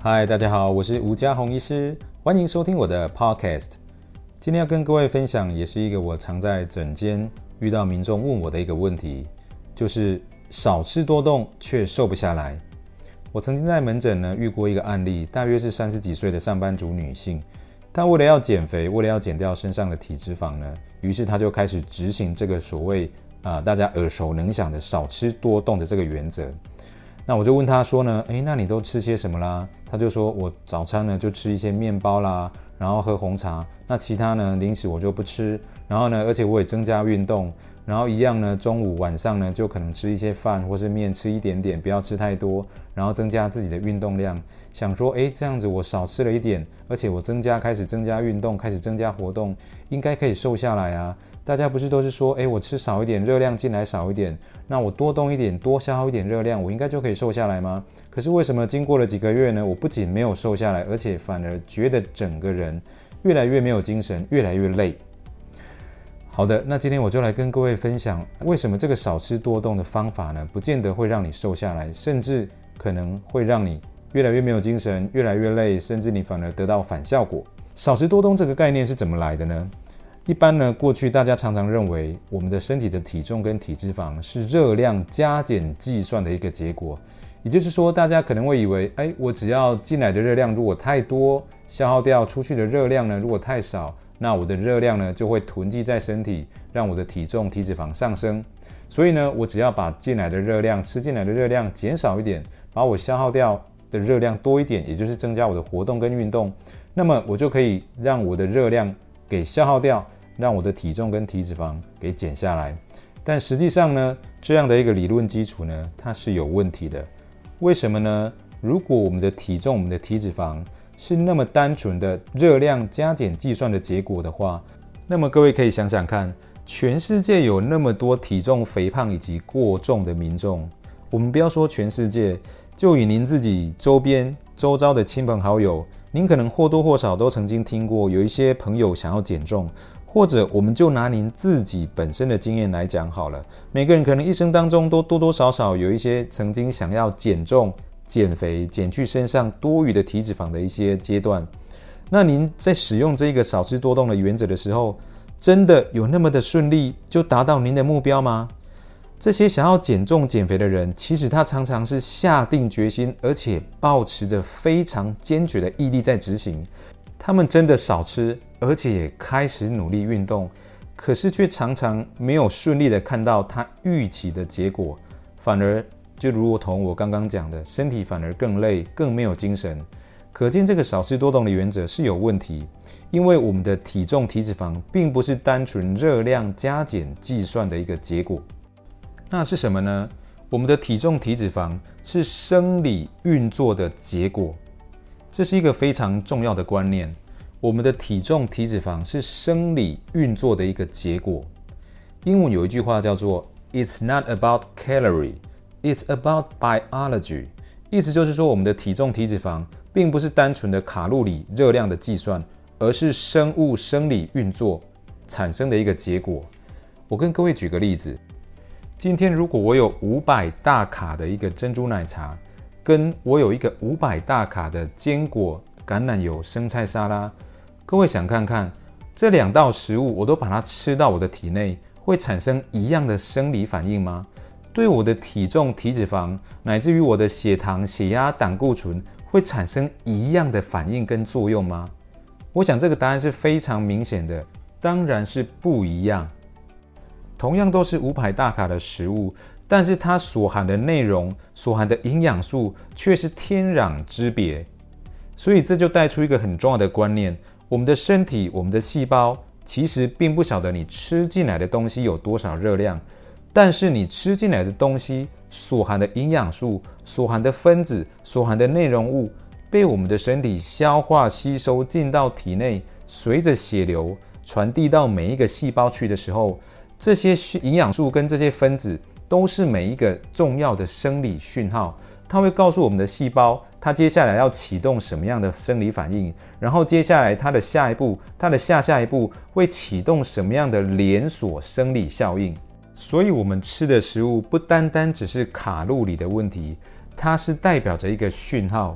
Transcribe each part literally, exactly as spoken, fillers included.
嗨，大家好，我是吴家宏医师，欢迎收听我的 podcast。今天要跟各位分享，也是一个我常在诊间遇到民众问我的一个问题，就是少吃多动却瘦不下来。我曾经在门诊呢遇过一个案例，大约是三十几岁的上班族女性，她为了要减肥，为了要减掉身上的体脂肪呢，于是她就开始执行这个所谓啊、呃、大家耳熟能详的少吃多动的这个原则。那我就问他说呢，诶，那你都吃些什么啦？他就说我早餐呢就吃一些面包啦，然后喝红茶，那其他呢零食我就不吃，然后呢而且我也增加运动，然后一样呢中午晚上呢就可能吃一些饭或是面，吃一点点，不要吃太多，然后增加自己的运动量，想说诶这样子我少吃了一点，而且我增加开始增加运动，开始增加活动，应该可以瘦下来啊。大家不是都是说诶我吃少一点，热量进来少一点，那我多动一点，多消耗一点热量，我应该就可以瘦下来吗？可是为什么经过了几个月呢，我不仅没有瘦下来，而且反而觉得整个人越来越没有精神，越来越累。好的，那今天我就来跟各位分享，为什么这个少吃多动的方法呢，不见得会让你瘦下来，甚至可能会让你越来越没有精神，越来越累，甚至你反而得到反效果。少吃多动这个概念是怎么来的呢？一般呢，过去大家常常认为我们的身体的体重跟体脂肪是热量加减计算的一个结果，也就是说大家可能会以为，哎，我只要进来的热量如果太多，消耗掉出去的热量呢如果太少，那我的热量呢就会囤积在身体，让我的体重体脂肪上升。所以呢，我只要把进来的热量吃进来的热量减少一点，把我消耗掉的热量多一点，也就是增加我的活动跟运动，那么我就可以让我的热量给消耗掉，让我的体重跟体脂肪给减下来。但实际上呢，这样的一个理论基础呢，它是有问题的。为什么呢？如果我们的体重、我们的体脂肪是那么单纯的热量加减计算的结果的话，那么各位可以想想看，全世界有那么多体重肥胖以及过重的民众，我们不要说全世界，就以您自己周边周遭的亲朋好友，您可能或多或少都曾经听过有一些朋友想要减重，或者我们就拿您自己本身的经验来讲好了，每个人可能一生当中都多多少少有一些曾经想要减重、减肥、减去身上多余的体脂肪的一些阶段。那您在使用这个少吃多动的原则的时候，真的有那么的顺利就达到您的目标吗？这些想要减重减肥的人，其实他常常是下定决心，而且抱持着非常坚决的毅力在执行。他们真的少吃，而且也开始努力运动，可是却常常没有顺利的看到他预期的结果，反而就如同我刚刚讲的，身体反而更累，更没有精神。可见这个少吃多动的原则是有问题，因为我们的体重体脂肪并不是单纯热量加减计算的一个结果。那是什么呢？我们的体重体脂肪是生理运作的结果，这是一个非常重要的观念。我们的体重体脂肪是生理运作的一个结果。英文有一句话叫做 It's not about calorie, it's about biology。 意思就是说，我们的体重体脂肪并不是单纯的卡路里热量的计算，而是生物生理运作产生的一个结果。我跟各位举个例子，今天如果我有五百大卡的一个珍珠奶茶，跟我有一个五百大卡的坚果、橄榄油、生菜沙拉，各位想看看，这两道食物我都把它吃到我的体内，会产生一样的生理反应吗？对我的体重、体脂肪，乃至于我的血糖、血压、胆固醇，会产生一样的反应跟作用吗？我想这个答案是非常明显的，当然是不一样。同样都是五百大卡的食物，但是它所含的内容、所含的营养素却是天壤之别。所以这就带出一个很重要的观念，我们的身体、我们的细胞其实并不晓得你吃进来的东西有多少热量，但是你吃进来的东西所含的营养素、所含的分子、所含的内容物，被我们的身体消化吸收进到体内，随着血流传递到每一个细胞去的时候，这些营养素跟这些分子都是每一个重要的生理讯号，它会告诉我们的细胞，它接下来要启动什么样的生理反应，然后接下来它的下一步，它的下下一步会启动什么样的连锁生理效应。所以我们吃的食物不单单只是卡路里的问题，它是代表着一个讯号，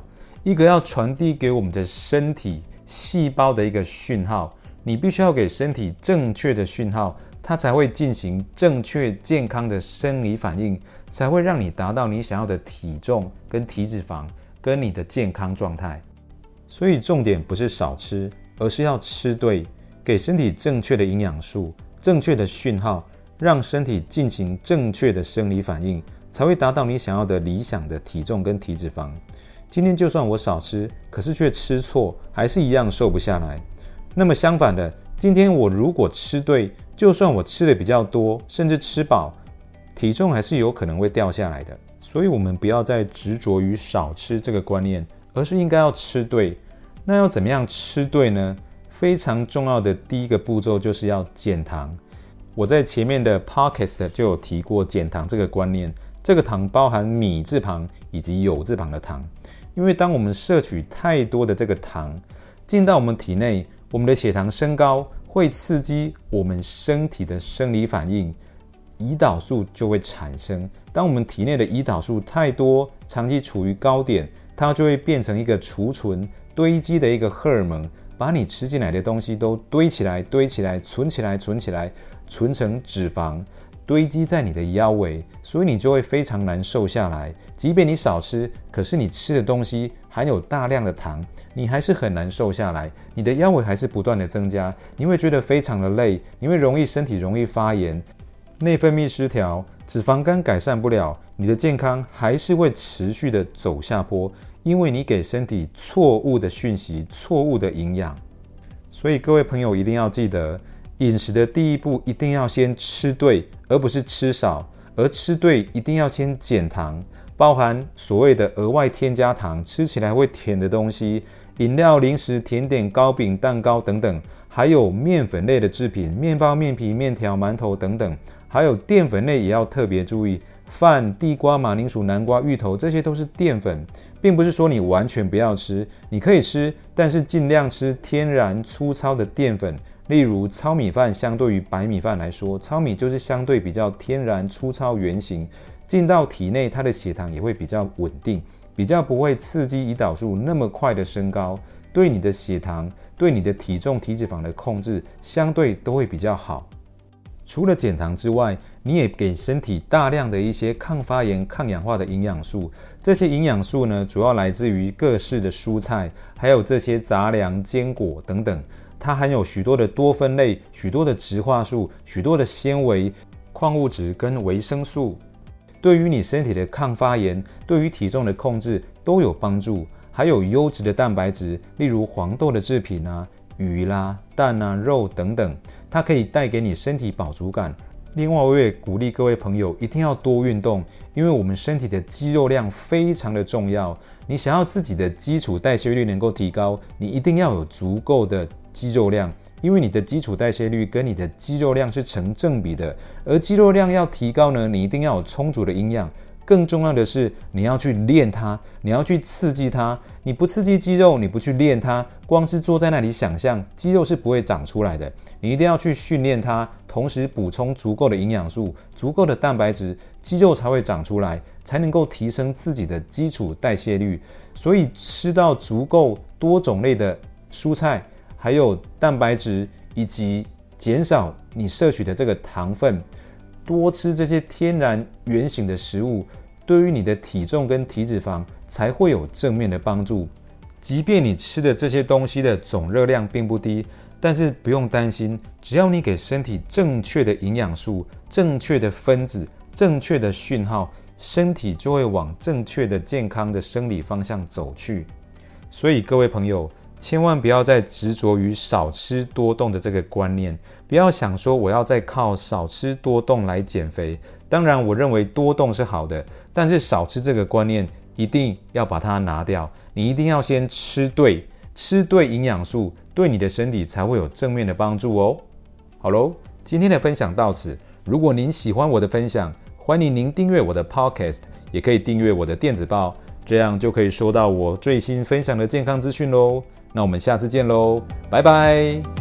一个要传递给我们的身体细胞的一个讯号，你必须要给身体正确的讯号，它才会进行正确健康的生理反应，才会让你达到你想要的体重跟体脂肪跟你的健康状态。所以重点不是少吃，而是要吃对，给身体正确的营养素、正确的讯号，让身体进行正确的生理反应，才会达到你想要的理想的体重跟体脂肪。今天就算我少吃，可是却吃错，还是一样瘦不下来。那么相反的，今天我如果吃对，就算我吃的比较多，甚至吃饱，体重还是有可能会掉下来的。所以我们不要再执着于少吃这个观念，而是应该要吃对。那要怎么样吃对呢？非常重要的第一个步骤就是要减糖。我在前面的 podcast 就有提过减糖这个观念，这个糖包含米字旁以及酉字旁的糖。因为当我们摄取太多的这个糖进到我们体内，我们的血糖升高会刺激我们身体的生理反应，胰岛素就会产生。当我们体内的胰岛素太多，长期处于高点，它就会变成一个储存堆积的一个荷尔蒙，把你吃进来的东西都堆起来堆起来存起来存起来，存成脂肪堆积在你的腰围，所以你就会非常难瘦下来。即便你少吃，可是你吃的东西含有大量的糖，你还是很难瘦下来，你的腰围还是不断的增加，你会觉得非常的累，你会容易身体容易发炎，内分泌失调，脂肪肝改善不了，你的健康还是会持续的走下坡，因为你给身体错误的讯息，错误的营养。所以各位朋友一定要记得，饮食的第一步一定要先吃对，而不是吃少。而吃对一定要先减糖，包含所谓的额外添加糖，吃起来会甜的东西，饮料、零食、甜点、糕饼、蛋糕等等，还有面粉类的制品，面包、面皮、面条、馒头等等，还有淀粉类也要特别注意，饭、地瓜、马铃薯、南瓜、芋头，这些都是淀粉，并不是说你完全不要吃，你可以吃，但是尽量吃天然粗糙的淀粉。例如糙米饭相对于白米饭来说，糙米就是相对比较天然粗糙原型，进到体内它的血糖也会比较稳定，比较不会刺激胰岛素那么快的升高，对你的血糖、对你的体重体脂肪的控制相对都会比较好。除了减糖之外，你也给身体大量的一些抗发炎、抗氧化的营养素。这些营养素呢，主要来自于各式的蔬菜，还有这些杂粮、坚果等等。它含有许多的多酚类、许多的植化素、许多的纤维、矿物质跟维生素，对于你身体的抗发炎、对于体重的控制都有帮助。还有优质的蛋白质，例如黄豆的制品啊、鱼啦、蛋啊、肉等等，它可以带给你身体饱足感。另外，我也鼓励各位朋友一定要多运动，因为我们身体的肌肉量非常的重要。你想要自己的基础代谢率能够提高，你一定要有足够的肌肉量，因为你的基础代谢率跟你的肌肉量是成正比的。而肌肉量要提高呢，你一定要有充足的营养。更重要的是，你要去练它，你要去刺激它。你不刺激肌肉，你不去练它，光是坐在那里想象，肌肉是不会长出来的。你一定要去训练它，同时补充足够的营养素、足够的蛋白质，肌肉才会长出来，才能够提升自己的基础代谢率。所以吃到足够多种类的蔬菜，还有蛋白质，以及减少你摄取的这个糖分，多吃这些天然原型的食物，对于你的体重跟体脂肪才会有正面的帮助。即便你吃的这些东西的总热量并不低，但是不用担心，只要你给身体正确的营养素、正确的分子、正确的讯号，身体就会往正确的健康的生理方向走去。所以各位朋友，千万不要再执着于少吃多动的这个观念，不要想说我要再靠少吃多动来减肥。当然我认为多动是好的，但是少吃这个观念一定要把它拿掉。你一定要先吃对，吃对营养素，对你的身体才会有正面的帮助哦。好咯，今天的分享到此。如果您喜欢我的分享，欢迎您订阅我的 podcast， 也可以订阅我的电子报，这样就可以收到我最新分享的健康资讯咯。那我们下次见咯，拜拜。